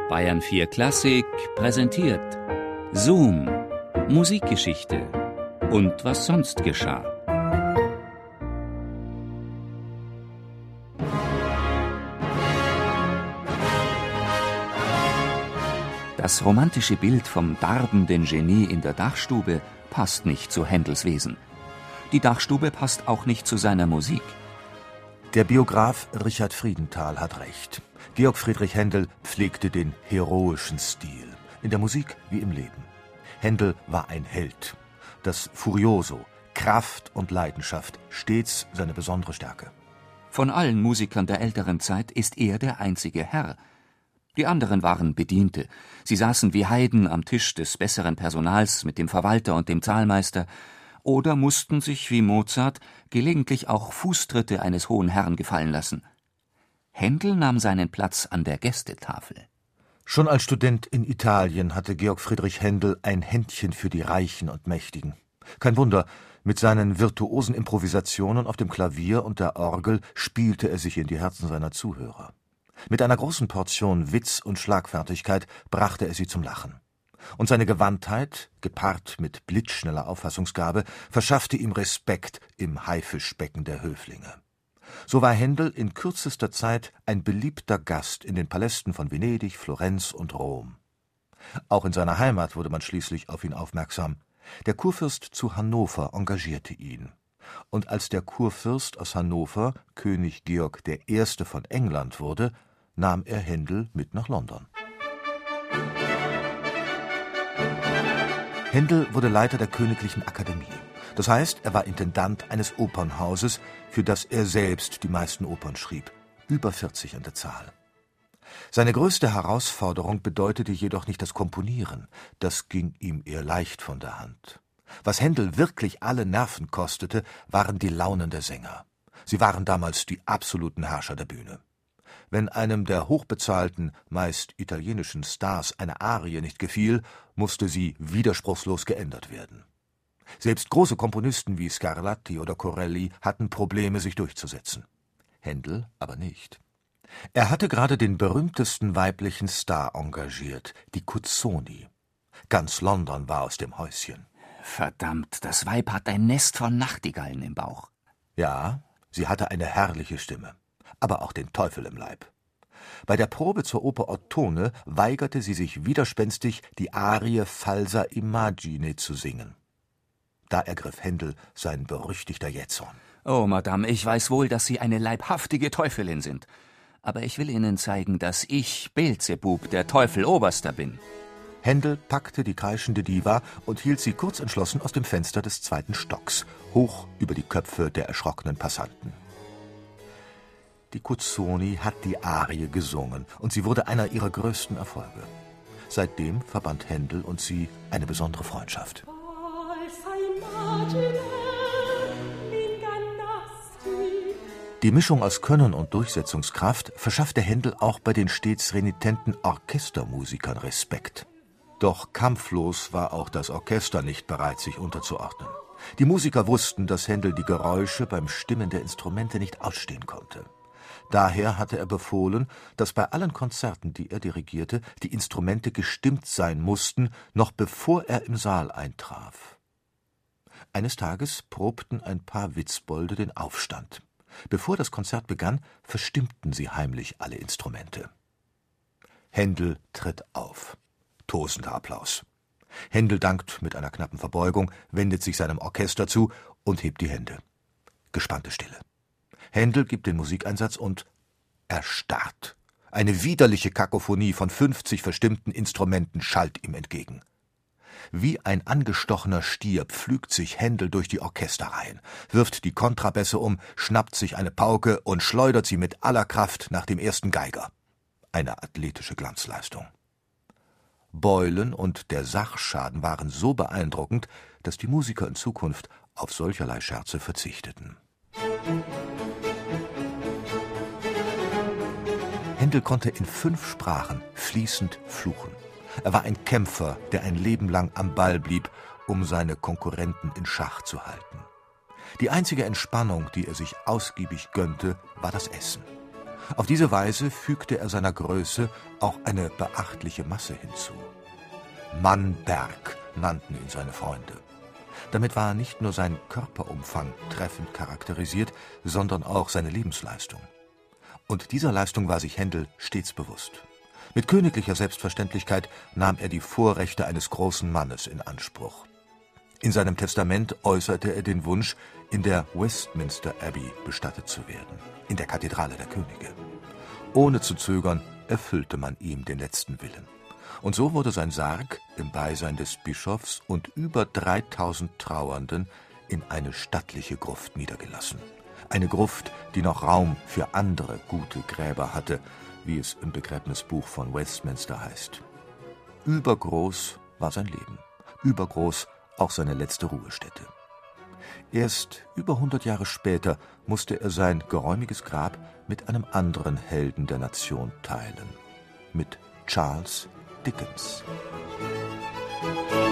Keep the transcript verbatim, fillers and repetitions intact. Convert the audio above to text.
Bayern vier Klassik präsentiert Zoom, Musikgeschichte und was sonst geschah. Das romantische Bild vom darbenden Genie in der Dachstube passt nicht zu Händels Wesen. Die Dachstube passt auch nicht zu seiner Musik. Der Biograf Richard Friedenthal hat recht. Georg Friedrich Händel pflegte den heroischen Stil, in der Musik wie im Leben. Händel war ein Held. Das Furioso, Kraft und Leidenschaft, stets seine besondere Stärke. Von allen Musikern der älteren Zeit ist er der einzige Herr. Die anderen waren Bediente. Sie saßen wie Heiden am Tisch des besseren Personals mit dem Verwalter und dem Zahlmeister oder mussten sich, wie Mozart, gelegentlich auch Fußtritte eines hohen Herrn gefallen lassen. Händel nahm seinen Platz an der Gästetafel. Schon als Student in Italien hatte Georg Friedrich Händel ein Händchen für die Reichen und Mächtigen. Kein Wunder, mit seinen virtuosen Improvisationen auf dem Klavier und der Orgel spielte er sich in die Herzen seiner Zuhörer. Mit einer großen Portion Witz und Schlagfertigkeit brachte er sie zum Lachen. Und seine Gewandtheit, gepaart mit blitzschneller Auffassungsgabe, verschaffte ihm Respekt im Haifischbecken der Höflinge. So war Händel in kürzester Zeit ein beliebter Gast in den Palästen von Venedig, Florenz und Rom. Auch in seiner Heimat wurde man schließlich auf ihn aufmerksam. Der Kurfürst zu Hannover engagierte ihn. Und als der Kurfürst aus Hannover König Georg der Erste von England wurde, nahm er Händel mit nach London. Händel wurde Leiter der Königlichen Akademie. Das heißt, er war Intendant eines Opernhauses, für das er selbst die meisten Opern schrieb, über vierzig an der Zahl. Seine größte Herausforderung bedeutete jedoch nicht das Komponieren, das ging ihm eher leicht von der Hand. Was Händel wirklich alle Nerven kostete, waren die Launen der Sänger. Sie waren damals die absoluten Herrscher der Bühne. Wenn einem der hochbezahlten, meist italienischen Stars eine Arie nicht gefiel, musste sie widerspruchslos geändert werden. Selbst große Komponisten wie Scarlatti oder Corelli hatten Probleme, sich durchzusetzen. Händel aber nicht. Er hatte gerade den berühmtesten weiblichen Star engagiert, die Cuzzoni. Ganz London war aus dem Häuschen. Verdammt, das Weib hat ein Nest von Nachtigallen im Bauch. Ja, sie hatte eine herrliche Stimme, aber auch den Teufel im Leib. Bei der Probe zur Oper Ottone weigerte sie sich widerspenstig, die Arie Falsa Immagine zu singen. Da ergriff Händel sein berüchtigter Jähzorn. Oh, Madame, ich weiß wohl, dass Sie eine leibhaftige Teufelin sind. Aber ich will Ihnen zeigen, dass ich, Beelzebub, der Teufel Oberster bin. Händel packte die kreischende Diva und hielt sie kurz entschlossen aus dem Fenster des zweiten Stocks, hoch über die Köpfe der erschrockenen Passanten. Die Cuzzoni hat die Arie gesungen und sie wurde einer ihrer größten Erfolge. Seitdem verband Händel und sie eine besondere Freundschaft. Die Mischung aus Können und Durchsetzungskraft verschaffte Händel auch bei den stets renitenten Orchestermusikern Respekt. Doch kampflos war auch das Orchester nicht bereit, sich unterzuordnen. Die Musiker wussten, dass Händel die Geräusche beim Stimmen der Instrumente nicht ausstehen konnte. Daher hatte er befohlen, dass bei allen Konzerten, die er dirigierte, die Instrumente gestimmt sein mussten, noch bevor er im Saal eintraf. Eines Tages probten ein paar Witzbolde den Aufstand. Bevor das Konzert begann, verstimmten sie heimlich alle Instrumente. Händel tritt auf. Tosender Applaus. Händel dankt mit einer knappen Verbeugung, wendet sich seinem Orchester zu und hebt die Hände. Gespannte Stille. Händel gibt den Musikeinsatz und erstarrt. Eine widerliche Kakophonie von fünfzig verstimmten Instrumenten schallt ihm entgegen. Wie ein angestochener Stier pflügt sich Händel durch die Orchesterreihen, wirft die Kontrabässe um, schnappt sich eine Pauke und schleudert sie mit aller Kraft nach dem ersten Geiger. Eine athletische Glanzleistung. Beulen und der Sachschaden waren so beeindruckend, dass die Musiker in Zukunft auf solcherlei Scherze verzichteten. Händel konnte in fünf Sprachen fließend fluchen. Er war ein Kämpfer, der ein Leben lang am Ball blieb, um seine Konkurrenten in Schach zu halten. Die einzige Entspannung, die er sich ausgiebig gönnte, war das Essen. Auf diese Weise fügte er seiner Größe auch eine beachtliche Masse hinzu. Mann-Berg nannten ihn seine Freunde. Damit war nicht nur sein Körperumfang treffend charakterisiert, sondern auch seine Lebensleistung. Und dieser Leistung war sich Händel stets bewusst. Mit königlicher Selbstverständlichkeit nahm er die Vorrechte eines großen Mannes in Anspruch. In seinem Testament äußerte er den Wunsch, in der Westminster Abbey bestattet zu werden, in der Kathedrale der Könige. Ohne zu zögern erfüllte man ihm den letzten Willen. Und so wurde sein Sarg im Beisein des Bischofs und über dreitausend Trauernden in eine stattliche Gruft niedergelassen. Eine Gruft, die noch Raum für andere gute Gräber hatte, wie es im Begräbnisbuch von Westminster heißt. Übergroß war sein Leben, übergroß auch seine letzte Ruhestätte. Erst über hundert Jahre später musste er sein geräumiges Grab mit einem anderen Helden der Nation teilen, mit Charles Dickens.